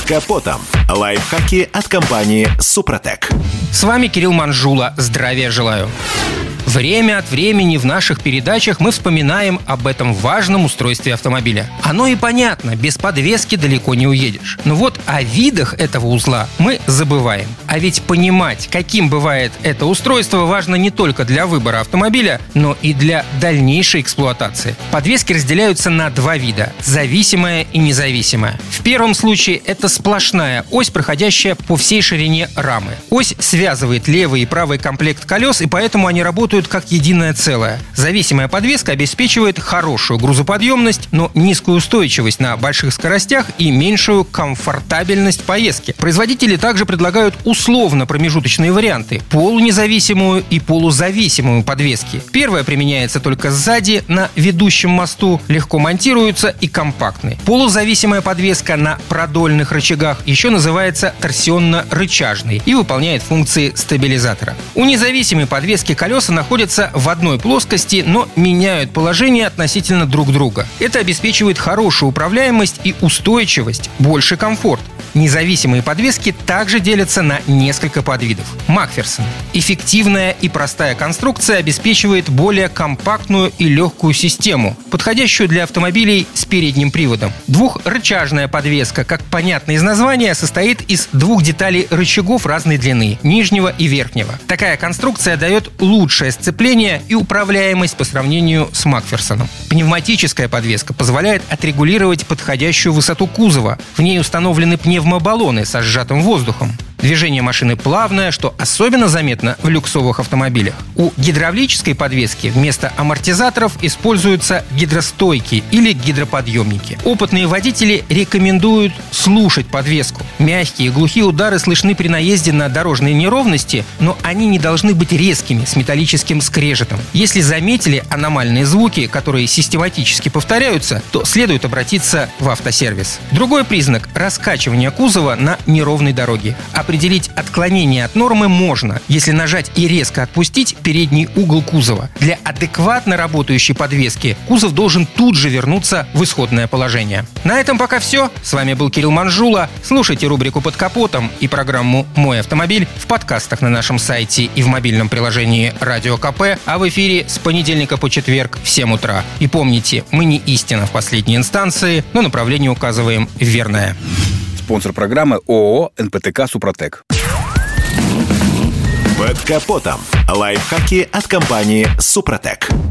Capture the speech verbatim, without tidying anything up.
капотом. Лайфхаки от компании «Супротек». С вами Кирилл Манжула. Здравия желаю. Время от времени в наших передачах мы вспоминаем об этом важном устройстве автомобиля. Оно и понятно, без подвески далеко не уедешь. Но вот о видах этого узла мы забываем. А ведь понимать, каким бывает это устройство, важно не только для выбора автомобиля, но и для дальнейшей эксплуатации. Подвески разделяются на два вида – зависимая и независимая. В первом случае это сплошная ось, проходящая по всей ширине рамы. Ось связывает левый и правый комплект колес, и поэтому они работают как единое целое. Зависимая подвеска обеспечивает хорошую грузоподъемность, но низкую устойчивость на больших скоростях и меньшую комфортабельность поездки. Производители также предлагают условно-промежуточные варианты – полунезависимую и полузависимую подвески. Первая применяется только сзади, на ведущем мосту, легко монтируется и компактны. Полузависимая подвеска на продольных рычагах еще называется торсионно-рычажной и выполняет функции стабилизатора. У независимой подвески колеса находятся в одной плоскости, но меняют положение относительно друг друга. Это обеспечивает хорошую управляемость и устойчивость, больше комфорт. Независимые подвески также делятся на несколько подвидов. Макферсон. Эффективная и простая конструкция обеспечивает более компактную и легкую систему, подходящую для автомобилей с передним приводом. Двухрычажная подвеска, как понятно из названия, состоит из двух деталей рычагов разной длины, нижнего и верхнего. Такая конструкция дает лучшее сцепление и управляемость по сравнению с Макферсоном. Пневматическая подвеска позволяет отрегулировать подходящую высоту кузова. В ней установлены пневмобаллоны со сжатым воздухом. Движение машины плавное, что особенно заметно в люксовых автомобилях. У гидравлической подвески вместо амортизаторов используются гидростойки или гидроподъемники. Опытные водители рекомендуют слушать подвеску. Мягкие и глухие удары слышны при наезде на дорожные неровности, но они не должны быть резкими, с металлическим скрежетом. Если заметили аномальные звуки, которые систематически повторяются, то следует обратиться в автосервис. Другой признак – раскачивание кузова на неровной дороге. Определить отклонение от нормы можно, если нажать и резко отпустить передний угол кузова. Для адекватно работающей подвески кузов должен тут же вернуться в исходное положение. На этом пока все. С вами был Кирилл Манжула. Слушайте рубрику «Под капотом» и программу «Мой автомобиль» в подкастах на нашем сайте и в мобильном приложении Радио КП, а в эфире с понедельника по четверг в семь утра. И помните, мы не истина в последней инстанции, но направление указываем верное. Спонсор программы ООО «эн пэ тэ ка Супротек». Под капотом. Лайфхаки от компании «Супротек».